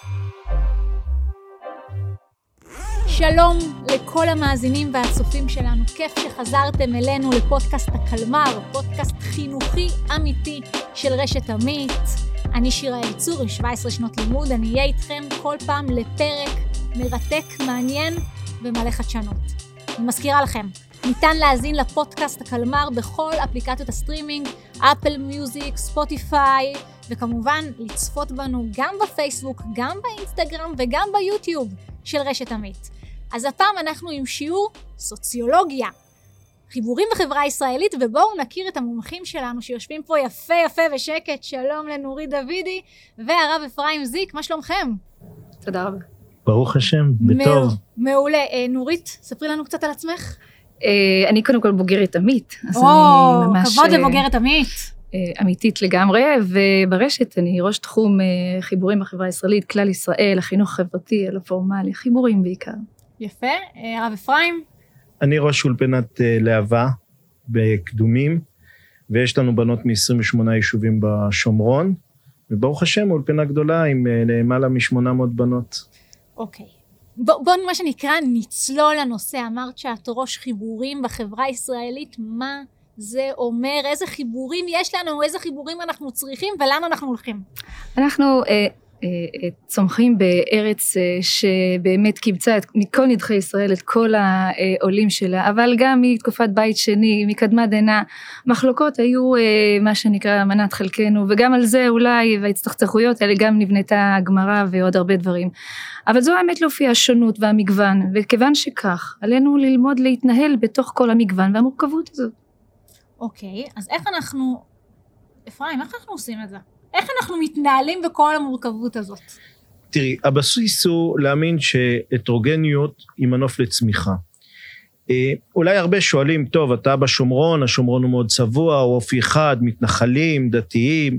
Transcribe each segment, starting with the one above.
שלום לכל המאזינים והצופים שלנו, כיף שחזרתם אלינו לפודקאסט הקלמר, פודקאסט חינוכי אמיתי של רשת אמית. אני שירה אליצור, עם 17 שנות לימוד, אני אהיה איתכם כל פעם לפרק מרתק, מעניין ומלא חדשנות. אני מזכירה לכם, ניתן להאזין לפודקאסט הקלמר בכל אפליקציות הסטרימינג, אפל מיוזיק, ספוטיפיי, וכמובן לצפות בנו גם בפייסבוק, גם באינסטגרם וגם ביוטיוב של רשת אמית. אז הפעם אנחנו עם שיעור סוציולוגיה, חיבורים בחברה הישראלית, ובואו נכיר את המומחים שלנו שיושבים פה יפה יפה ושקט. שלום לנורית דוידי והרב אפרים זיק, מה שלומכם? תודה רבה. ברוך השם, בטוב. מעולה. נורית, ספרי לנו קצת על עצמך. אני קודם כל בוגרת אמית, אז אני ממש... כבוד לבוגרת אמית. אמיתית לגמרי, וברשת אני ראש תחום חיבורים בחברה הישראלית, כלל ישראל, החינוך החברתי, הפורמלי, חיבורים בעיקר. יפה. הרב אפרים? אני ראש אולפנת להבה בקדומים, ויש לנו בנות מ-28 יישובים בשומרון, וברוך השם, אולפנה גדולה עם למעלה מ-800 בנות. אוקיי. בואו מה שנקרא נצלול לנושא. אמרת שאת ראש חיבורים בחברה הישראלית, מה זה אומר? איזה חיבורים יש לנו, איזה חיבורים אנחנו צריכים ולאן אנחנו הולכים? אנחנו צומחים בארץ שבאמת קיבצה מכל נדחי ישראל את כל העולים שלה, אבל גם מתקופת בית שני, מקדמת דנא, מחלוקות היו מה שנקרא מנת חלקנו, וגם על זה אולי והצטחצחויות האלה גם נבנתה הגמרא ועוד הרבה דברים. אבל זו האמת להופיע השונות והמגוון, וכיוון שכך עלינו ללמוד להתנהל בתוך כל המגוון והמורכבות הזאת. אוקיי, אז איך אנחנו, אפרים, איך אנחנו עושים את זה? איך אנחנו מתנהלים בכל המורכבות הזאת? תראי, הבסיס הוא להאמין שהטרוגניות היא מנוף לצמיחה. אולי הרבה שואלים, טוב, אתה בשומרון, השומרון הוא מאוד צבוע, הוא אופי אחד, מתנחלים, דתיים.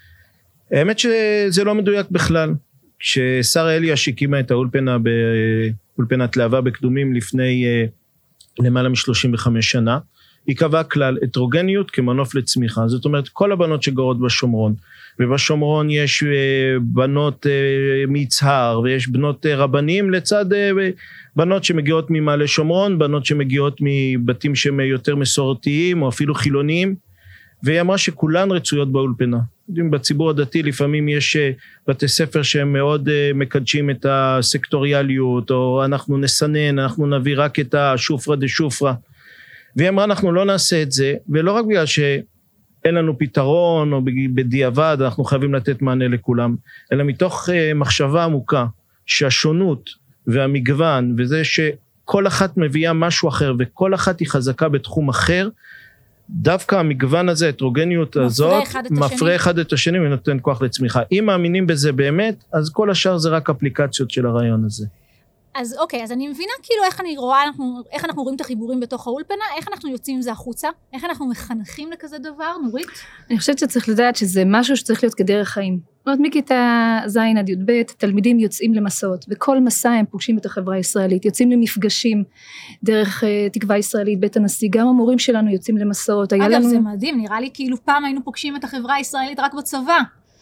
האמת שזה לא מדויק בכלל. כששרה אליאש הקימה את האולפנה באולפנת להבה בקדומים לפני למעלה מ-35 שנה, היא קבעה כלל הטרוגניות כמנוף לצמיחה. זאת אומרת, כל הבנות שגרות בשומרון, ובשומרון יש בנות מיצהר, ויש בנות רבנים לצד בנות שמגיעות ממעלה שומרון, בנות שמגיעות מבתים שהם יותר מסורתיים, או אפילו חילוניים, והיא אמרה שכולן רצויות באולפנה. בציבור הדתי לפעמים יש בתי ספר שהם מאוד מקדשים את הסקטוריאליות, או אנחנו נסנן, אנחנו נביא רק את השופרה דשופרה, והיא אמרה אנחנו לא נעשה את זה, ולא רק בגלל שאין לנו פתרון או בדיעבד אנחנו חייבים לתת מענה לכולם, אלא מתוך מחשבה עמוקה שהשונות והמגוון וזה שכל אחת מביאה משהו אחר וכל אחת היא חזקה בתחום אחר, דווקא המגוון הזה, הטרוגניות הזאת, מפרה אחד את השני ונותן כוח לצמיחה. אם מאמינים בזה באמת, אז כל השאר זה רק אפליקציות של הרעיון הזה. אז אוקיי, אז אני מבינה כאילו איך אני רואה, איך אנחנו רואים את החיבורים בתוך האולפנה, איך אנחנו יוצאים עם זה החוצה, איך אנחנו מחנכים לכזה דבר, נורית? אני חושבת שצריך לדעת שזה משהו שצריך להיות כדרך חיים. זאת אומרת, מכיתה ז' עד י"ב, תלמידים יוצאים למסעות, וכל מסע הם פוגשים את החברה הישראלית, יוצאים למפגשים דרך תקווה ישראלית, בית הנשיא, גם המורים שלנו יוצאים למסעות. אגב, זה מדהים, נראה לי כאילו פעם היינו פוגשים את החברה הישראלית רק בצבא.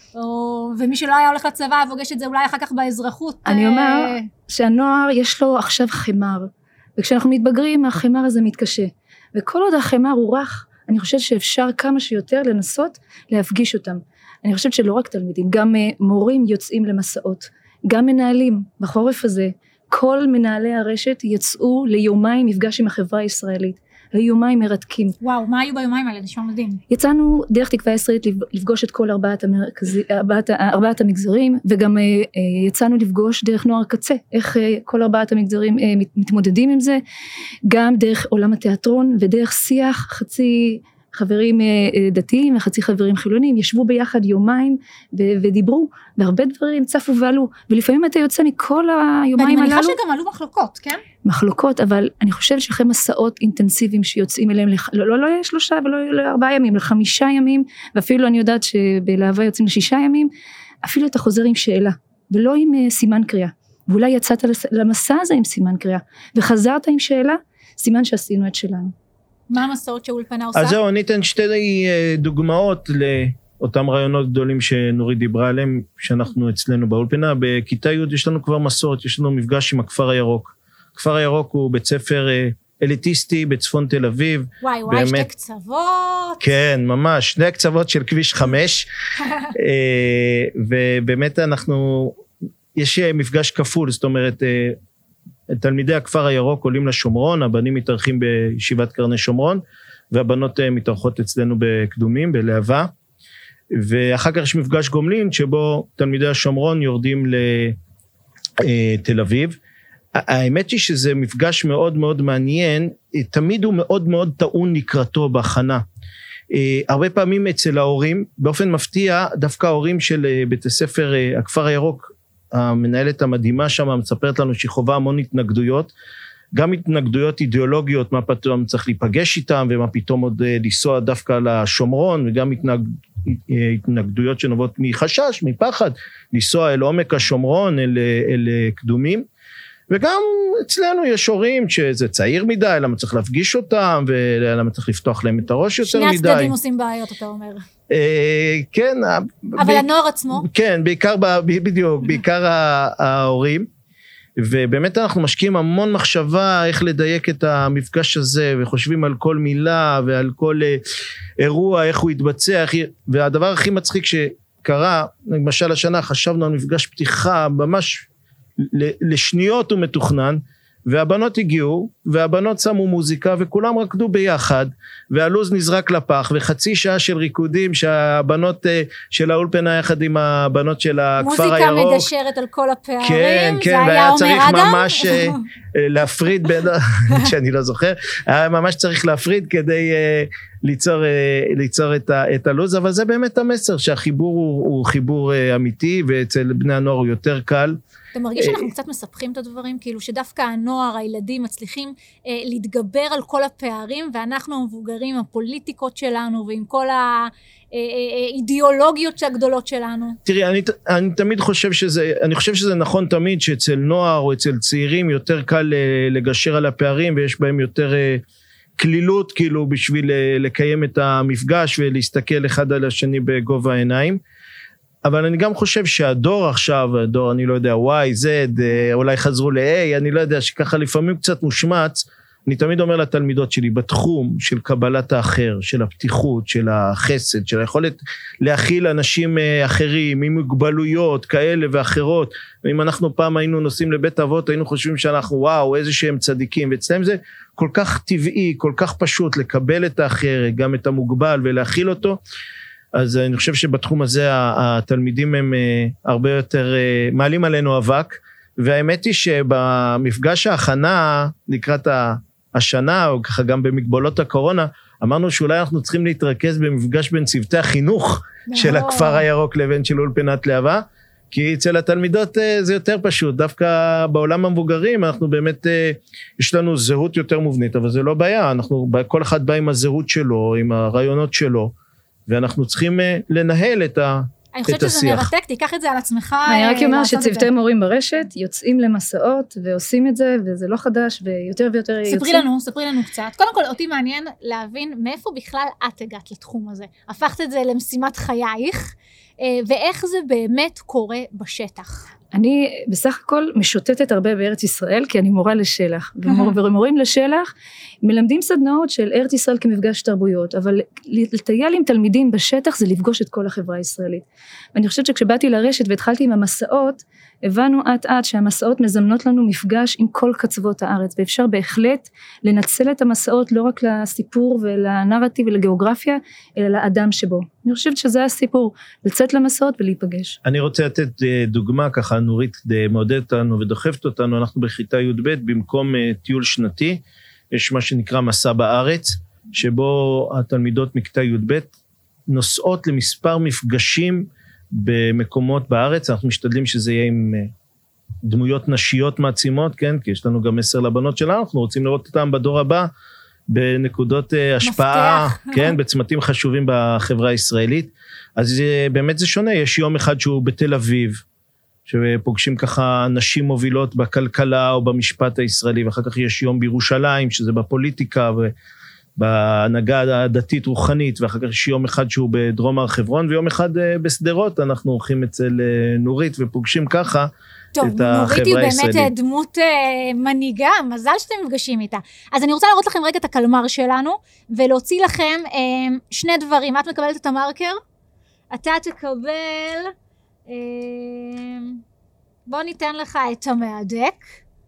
ומי שלא היה הולך לצבא פוגש את זה אולי אחר כך באזרחות. אני אומר שהנוער יש לו עכשיו חמר, וכשאנחנו מתבגרים החמר הזה מתקשה, וכל עוד החמר הוא רך, אני חושבת שאפשר כמה שיותר לנסות להפגיש אותם. אני חושבת שלא רק תלמידים, גם מורים יוצאים למסעות, גם מנהלים בחורף הזה, כל מנהלי הרשת יצאו ליומיים מפגש עם החברה הישראלית, היומיים מרתקים. וואו, מה היו ביומיים האלה? נשמע מדהים. יצאנו דרך תקווה ישראלית לפגוש את כל ארבעת המגזרים, וגם יצאנו לפגוש דרך נוער קצה, איך כל ארבעת המגזרים מתמודדים עם זה, גם דרך עולם התיאטרון, ודרך שיח חצי חברים דתיים וחצי חברים חילונים, ישבו ביחד יומיים ודיברו, והרבה דברים צפו ועלו, ולפעמים אתה יוצא מכל היומיים הללו. ואני מניחה שגם עלו מחלוקות, כן? מחלוקות, אבל אני חושבת שאחרי מסעות אינטנסיביים שיוצאים אליהם, לא 3 ולא 4 ימים, ל5 ימים, ואפילו אני יודעת שבלהבה יוצאים ל6 ימים, אפילו אתה חוזר עם שאלה, ולא עם סימן קריאה, ואולי יצאת למסע הזה עם סימן קריאה, וחזרת עם שאלה, סימן שעשינו את שלנו. מה המסעות שהאולפנה עושה? אז זהו, אני אתן 2 דוגמאות אותם רעיונות גדולים שנורית דיברה עליהם, שאנחנו אצלנו באולפנה, בכיתה י' יש לנו כבר מסורת, יש לנו מפגש עם הכפר הירוק. הכפר הירוק הוא בית ספר אליטיסטי בצפון תל אביב. וואי, שתי קצוות. כן, ממש, שני הקצוות של כביש 5, ובאמת יש מפגש כפול, זאת אומרת, תלמידי הכפר הירוק עולים לשומרון, הבנים מתארחים בישיבת קרני שומרון, והבנות מתארחות אצלנו בקדומים, בלהבה, ואחר כך יש מפגש גומלין, שבו תלמידי השומרון יורדים לתל אביב. האמת היא שזה מפגש מאוד מאוד מעניין, תמיד הוא מאוד מאוד טעון לקראתו בהכנה. הרבה פעמים אצל ההורים, באופן מפתיע, דווקא ההורים של בית הספר הכפר הירוק, המנהלת המדהימה שם מספרת לנו שהיא חובה המון התנגדויות, גם התנגדויות אידיאולוגיות, מה פתאום צריך להיפגש איתם, ומה פתאום עוד לנסוע דווקא לשומרון, וגם התנגדויות שנובעות מחשש, מפחד, לנסוע אל עומק השומרון, אל קדומים, וגם אצלנו יש הורים שזה צעיר מדי, למה צריך להפגיש אותם, ולמה צריך לפתוח להם את הראש יותר מדי. שני הצדדים עושים בעיות, אתה אומר. כן. אבל הנוער עצמו? כן, בדיוק, בעיקר ההורים, ובאמת אנחנו משקיעים המון מחשבה איך לדייק את המפגש הזה, וחושבים על כל מילה ועל כל אירוע, איך הוא יתבצע, והדבר הכי מצחיק שקרה, למשל השנה חשבנו על מפגש פתיחה ממש לשניות הוא מתוכנן, והבנות הגיעו, והבנות שמו מוזיקה, וכולם רקדו ביחד, והלוז נזרק לפח, וחצי שעה של ריקודים, שהבנות של האולפנה יחד עם הבנות של הכפר הירוק. מוזיקה מדשרת על כל הפערים, כן, כן, והיה צריך ממש להפריד, שאני לא זוכר, היה ממש צריך להפריד כדי ליצור את הלוז, אבל זה באמת המסר, שהחיבור הוא חיבור אמיתי, ואצל בני הנוער הוא יותר קל. אתה מרגיש שאנחנו קצת מספחים את הדברים, כאילו שדווקא הנוער, הילדים מצליחים להתגבר על כל הפערים, ואנחנו המבוגרים, הפוליטיקות שלנו, ועם כל האידיאולוגיות הגדולות שלנו. תראי, אני תמיד חושב שזה נכון תמיד, שאצל נוער או אצל צעירים יותר קל לגשר על הפערים, ויש בהם יותר כלילות, כאילו בשביל לקיים את המפגש, ולהסתכל אחד על השני בגובה העיניים. אבל אני גם חושב שהדור עכשיו, הדור אני לא יודע, Y, Z, אולי חזרו ל-A, אני לא יודע, שככה לפעמים קצת מושמץ, אני תמיד אומר לתלמידות שלי, בתחום של קבלת האחר, של הפתיחות, של החסד, של היכולת להכיל אנשים אחרים, עם מוגבלויות כאלה ואחרות, ואם אנחנו פעם היינו נוסעים לבית אבות, היינו חושבים שאנחנו וואו, איזה שהם צדיקים, ואצלם זה כל כך טבעי, כל כך פשוט, לקבל את האחר, גם את המוגבל ולהכיל אותו, אז אני חושב שבתחום הזה התלמידים הם הרבה יותר מעלים עלינו אבק, והאמת היא שבמפגש ההכנה לקראת השנה, או ככה גם במגבלות הקורונה, אמרנו שאולי אנחנו צריכים להתרכז במפגש בין צוותי החינוך של הכפר הירוק לבין של אולפנת להבה, כי אצל התלמידות זה יותר פשוט, דווקא בעולם המבוגרים אנחנו באמת, יש לנו זהות יותר מובנית, אבל זה לא בעיה, כל אחד בא עם הזהות שלו, עם הרעיונות שלו, ואנחנו צריכים לנהל את השיח. אני חושבת שזה מרתק, תיקח את זה על עצמך. אני רק אומר שצוותי מורים ברשת יוצאים למסעות ועושים את זה, וזה לא חדש, ויותר ויותר יוצאים. ספרי לנו קצת. קודם כל, אותי מעניין להבין מאיפה בכלל את הגעת לתחום הזה. הפכת את זה למשימת חייך, ואיך זה באמת קורה בשטח. אני בסך הכל משוטטת הרבה בארץ ישראל, כי אני מורה לשלח, ומורים לשלח מלמדים סדנאות של ארץ ישראל כמפגש תרבויות, אבל לטייל עם תלמידים בשטח זה לפגוש את כל החברה הישראלית. ואני חושבת שכשבאתי לרשת והתחלתי עם המסעות, הבנו עד שהמסעות מזמנות לנו מפגש עם כל קצוות הארץ, ואפשר בהחלט לנצל את המסעות לא רק לסיפור ולנרטיב ולגיאוגרפיה, אלא לאדם שבו. אני חושבת שזה הסיפור, לצאת למסעות ולהיפגש. אני רוצה לתת דוגמה ככה, נורית מעודדת אותנו ודוחפת אותנו, אנחנו בכיתה י"ב, במקום טיול שנתי, יש מה שנקרא מסע בארץ, שבו התלמידות מכיתה י"ב נוסעות למספר מפגשים במקומות בארץ, אנחנו משתדלים שזה יהיה עם דמויות נשיות מעצימות, כן? כי יש לנו גם מסר לבנות שלנו, אנחנו רוצים לראות אותם בדור הבא, בנקודות השפעה, כן? בצמתים חשובים בחברה הישראלית, אז באמת זה שונה, יש יום אחד שהוא בתל אביב, שפוגשים ככה נשים מובילות בכלכלה או במשפט הישראלי, ואחר כך יש יום בירושלים, שזה בפוליטיקה, בהנהגה הדתית רוחנית, ואחר כך יש יום אחד שהוא בדרום הר חברון, ויום אחד בסדרות, אנחנו הולכים אצל נורית ופוגשים ככה את החברה הישראלית. טוב, נורית היא באמת דמות מנהיגה, מזל שאתם מפגשים איתה. אז אני רוצה להראות לכם רגע את הקלמר שלנו, ולהוציא לכם שני דברים. את מקבלת את המרקר? אתה תקבל, בוא ניתן לך את המהדק,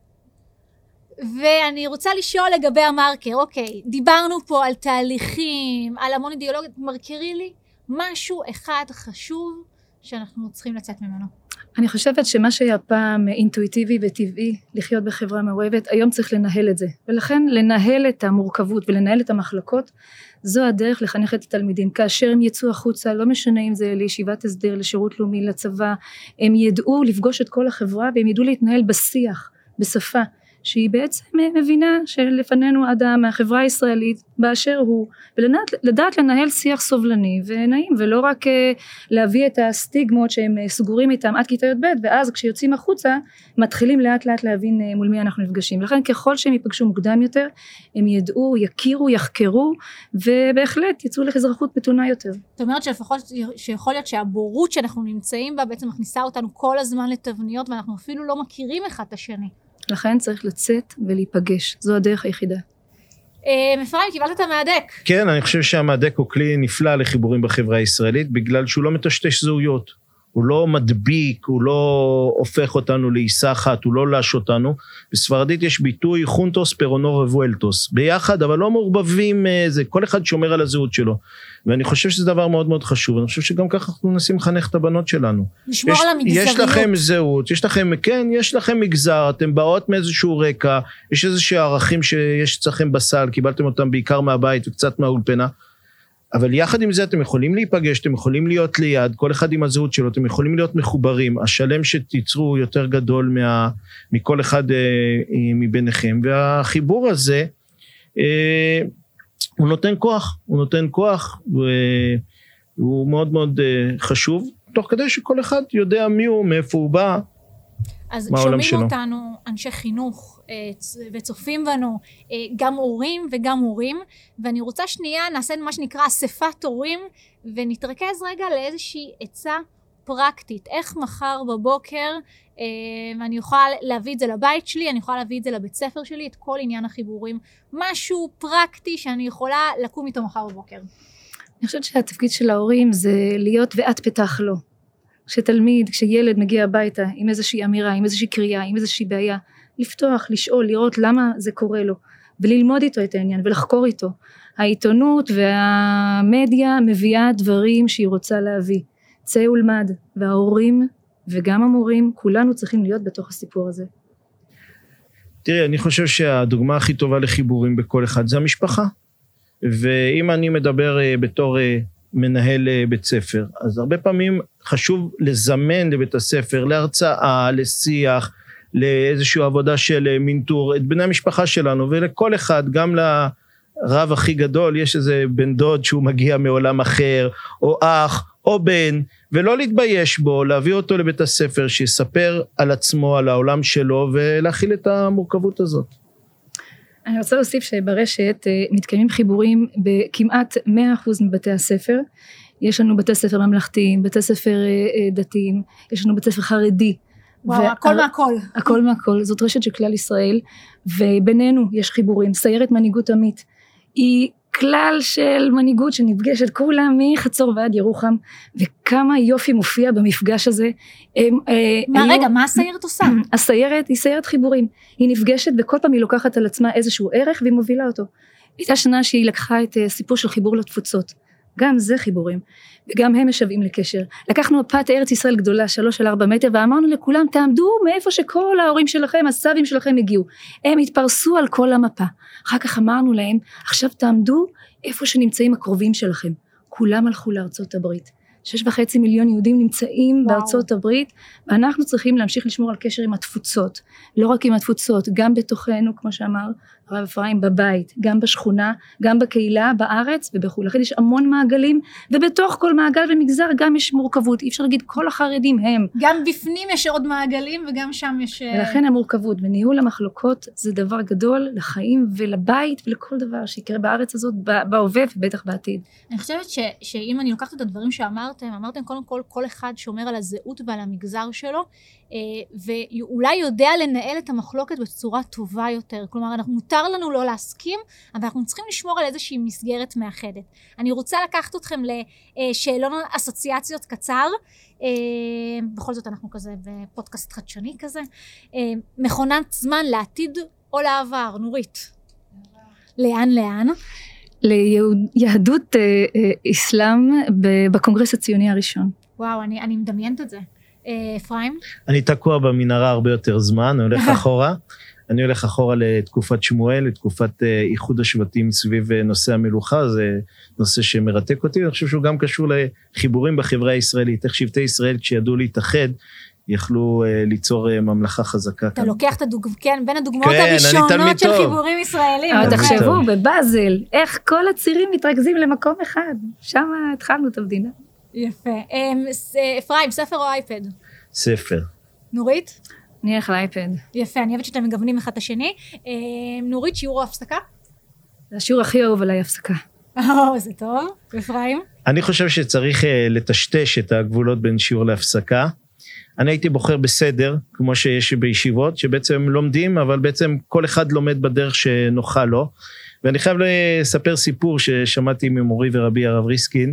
ואני רוצה לשאול לגבי המרקר. אוקיי, דיברנו פה על תהליכים, על המון אידיאולוגיות, מרקרי לי משהו אחד חשוב שאנחנו צריכים לצאת ממנו. אני חושבת שמה שהיה פעם אינטואיטיבי וטבעי לחיות בחברה מעורבת, היום צריך לנהל את זה, ולכן לנהל את המורכבות ולנהל את המחלקות, זו הדרך לחנך את התלמידים. כאשר הם יצאו החוצה, לא משנה אם זה לישיבת הסדר, לשירות לאומי, לצבא, הם ידעו לפגוש את כל החברה, והם ידעו להתנהל בשיח, בשפה, שהיא בעצם מבינה שלפנינו אדם מהחברה הישראלית באשר הוא, ולדעת לנהל שיח סובלני ונעים, ולא רק להביא את הסטיגמות שהם סגורים איתם עד כיתה י"ב, ואז כשיוצאים החוצה מתחילים לאט לאט להבין מול מי אנחנו נפגשים. לכן ככל שהם ייפגשו מוקדם יותר, הם ידעו, יכירו, יחקרו, ובהחלט יצאו לאזרחות מתונה יותר. זאת אומרת שלפחות שיכול להיות שהבורות שאנחנו נמצאים בה בעצם מכניסה אותנו כל הזמן לתבניות, ואנחנו אפילו לא מכירים אחד את השני. לכן צריך לצאת ולהיפגש, זו הדרך היחידה. אפרים, קיבלת את המהדק. כן, אני חושב שהמהדק הוא כלי נפלא לחיבורים בחברה הישראלית, בגלל שהוא לא מטשטש זהויות, הוא לא מדביק, הוא לא הופך אותנו לעיסה אחת, הוא לא לש אותנו. בספרדית יש ביטוי חונטוס פרונור רבואלטוס, ביחד אבל לא מעורבבים, כל אחד שומר על הזהות שלו, ואני חושב שזה דבר מאוד מאוד חשוב. אני חושב שגם ככה אנחנו מנסים לחנך את הבנות שלנו. לשמור על המגזריות. יש לכם זהות, יש לכם מגזר, אתם באות מאיזשהו רקע, יש איזשהו ערכים שיש אצלכם בסל, קיבלתם אותם בעיקר מהבית וקצת מהאולפנה, אבל יחד עם זה אתם יכולים להיפגש, אתם יכולים להיות ליד, כל אחד עם הזהות שלו, אתם יכולים להיות מחוברים, השלם שתיצרו יותר גדול מכל אחד מביניכם, והחיבור הזה, הוא נותן כוח, והוא מאוד מאוד חשוב, תוך כדי שכל אחד יודע מי הוא, מאיפה הוא בא, אז שומעים אותנו אנשי חינוך וצופים בנו גם הורים וגם הורים, ואני רוצה שנייה נעשה מה שנקרא אספת הורים, ונתרכז רגע לאיזושהי עצה פרקטית, איך מחר בבוקר אני יכולה להביא את זה לבית שלי, אני יכולה להביא את זה לבית ספר שלי, את כל עניין החיבורים, משהו פרקטי שאני יכולה לקום איתו מחר בבוקר. אני חושבת שהתפקיד של ההורים זה להיות ואת פתח לו. כשילד מגיע הביתה עם איזושהי אמירה, עם איזושהי קריאה, עם איזושהי בעיה, לפתוח, לשאול, לראות למה זה קורה לו, וללמוד איתו את העניין ולחקור איתו. העיתונות והמדיה מביאה דברים שהיא רוצה להביא. צא ולמד, וההורים וגם המורים, כולנו צריכים להיות בתוך הסיפור הזה. תראי, אני חושב שהדוגמה הכי טובה לחיבורים בכל אחד זה המשפחה. ואם אני מדבר בתור מנהל בית ספר, אז הרבה פעמים חשוב לזמן לבית הספר, להרצאה, לשיח, לאיזושהי עבודה של מינטור, את בני המשפחה שלנו, ולכל אחד, גם לרב הכי גדול, יש איזה בן דוד שהוא מגיע מעולם אחר, או אח, או בן, ולא להתבייש בו, להביא אותו לבית הספר, שיספר על עצמו, על העולם שלו, ולהכיל את המורכבות הזאת. אני רוצה להוסיף שברשת מתקיימים חיבורים בכמעט 100% מבתי הספר. יש לנו בתי ספר ממלכתיים, בתי ספר דתיים, יש לנו בתי ספר חרדי. וואו, הכל מהכל. הכל מהכל, זאת רשת של כלל ישראל, ובינינו יש חיבורים. סיירת מנהיגות עמית, היא כלל של מנהיגות שנפגשת כולה מחצור ועד ירוחם, וכמה יופי מופיע במפגש הזה. רגע, מה הסיירת עושה? הסיירת היא סיירת חיבורים, היא נפגשת וכל פעם היא לוקחת על עצמה איזשהו ערך והיא מובילה אותו. הייתה שנה שהיא לקחה את סיפור של חיבור לתפוצות, גם זה חיבורים, וגם הם משוועים לקשר. לקחנו מפת ארץ ישראל גדולה, 3-4 מטר, ואמרנו לכולם, תעמדו מאיפה שכל ההורים שלכם, הסבים שלכם הגיעו. הם התפרסו על כל המפה. אחר כך אמרנו להם, עכשיו תעמדו איפה שנמצאים הקרובים שלכם. כולם הלכו לארצות הברית. 6.5 מיליון יהודים נמצאים בארצות הברית, ואנחנו צריכים להמשיך לשמור על קשר עם התפוצות. לא רק עם התפוצות, גם בתוכנו, כמו שאמר הרב אפרים בבית, גם בשכונה, גם בקהילה, בארץ ובחו"ל. לכן יש המון מעגלים, ובתוך כל מעגל ומגזר גם יש מורכבות. אי אפשר להגיד כל החרדים הם. גם בפנים יש עוד מעגלים וגם שם יש... ולכן המורכבות וניהול המחלוקות זה דבר גדול לחיים ולבית ולכל דבר שיקרה בארץ הזאת, בהווה ובטח בעתיד. אני חושבת שאם אני לוקחת את הדברים אמרתם קודם כל אחד שומר על הזהות ועל המגזר שלו, ואולי יודע לנהל את המחלוקת בצורה טובה יותר. כלומר, מותר לנו לא להסכים, אבל אנחנו צריכים לשמור על איזושהי מסגרת מאחדת. אני רוצה לקחת אתכם לשאלון אסוציאציות קצר, בכל זאת אנחנו כזה בפודקאסט חדשני כזה. מכונת זמן לעתיד או לעבר, נורית? לאן? ליהדות אסלאם בקונגרס הציוני הראשון. וואו, אני מדמיינת את זה. אפרים? אני תקוע במנהרה הרבה יותר זמן, אני הולך אחורה לתקופת שמואל, לתקופת איחוד השבטים סביב נושא המלוכה, זה נושא שמרתק אותי, אני חושב שהוא גם קשור לחיבורים בחברה הישראלית, איך שבטי ישראל שידעו להתאחד, יכלו ליצור ממלכה חזקה. אתה לוקח את בין הדוגמאות הראשונות של חיבורים ישראלים. אבל תחשבו, בבאזל, איך כל הצירים מתרכזים למקום אחד, שם התחלנו את המדינה. יפה. אפרים, ספר או אייפד? ספר. נורית? אני אלך לאייפד. יפה, אני אוהבת שאתם מגוונים אחד את השני. נורית, שיעור או הפסקה? זה השיעור הכי אהוב עליי, הפסקה. זה טוב. אפרים? אני חושב שצריך לטשטש את הגבולות בין שיעור להפסקה. אני הייתי בוחר בסדר, כמו שיש בישיבות, שבעצם לומדים, אבל בעצם כל אחד לומד בדרך שנוחה לו. ואני חייב לספר סיפור ששמעתי ממורי ורבי הרב ריסקין,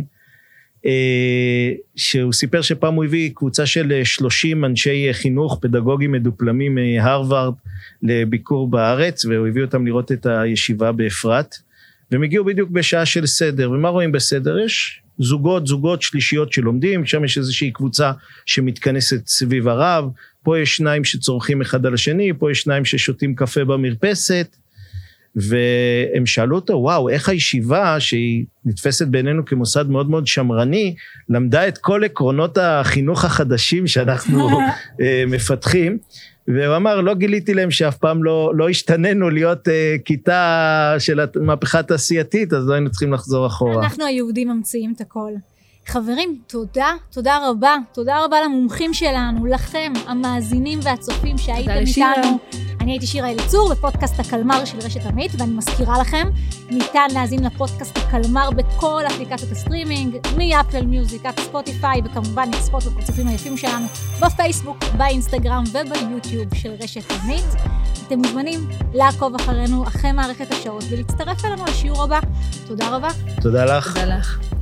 שהוא סיפר שפעם הוא הביא קבוצה של 30 אנשי חינוך פדגוגים מדופלמים מהרווארד לביקור בארץ, והוא הביא אותם לראות את הישיבה באפרת, והם הגיעו בדיוק בשעה של סדר, ומה רואים בסדר? יש זוגות שלישיות שלומדים, שם יש איזושהי קבוצה שמתכנסת סביב הרב, פה יש שניים שצורכים אחד על השני, פה יש שניים ששותים קפה במרפסת, והם שאלו אותו, וואו, איך הישיבה שהיא נתפסת בינינו כמוסד מאוד מאוד שמרני, למדה את כל עקרונות החינוך החדשים שאנחנו מפתחים, והוא אמר, לא גיליתי להם שאף פעם לא השתננו להיות כיתה של המהפכה התעשייתית, אז לא היינו צריכים לחזור אחורה. אנחנו היהודים ממציאים את הכל. חברים, תודה רבה למומחים שלנו, לכם, המאזינים והצופים שהייתם איתנו. אני הייתי שירה אליצור בפודקאסט הקלמר של רשת אמית, ואני מזכירה לכם, ניתן להאזין לפודקאסט הקלמר בכל אפליקציות הסטרימינג, מאפל מיוזיק, עד ספוטיפיי, וכמובן לצפות בפרצופים היפים שלנו בפייסבוק, באינסטגרם וביוטיוב של רשת אמית. אתם מוזמנים לעקוב אחרינו אחרי מערכת השעות ולהצטרף אלינו לשיעור הבא. תודה רבה. תודה לך. תודה לך.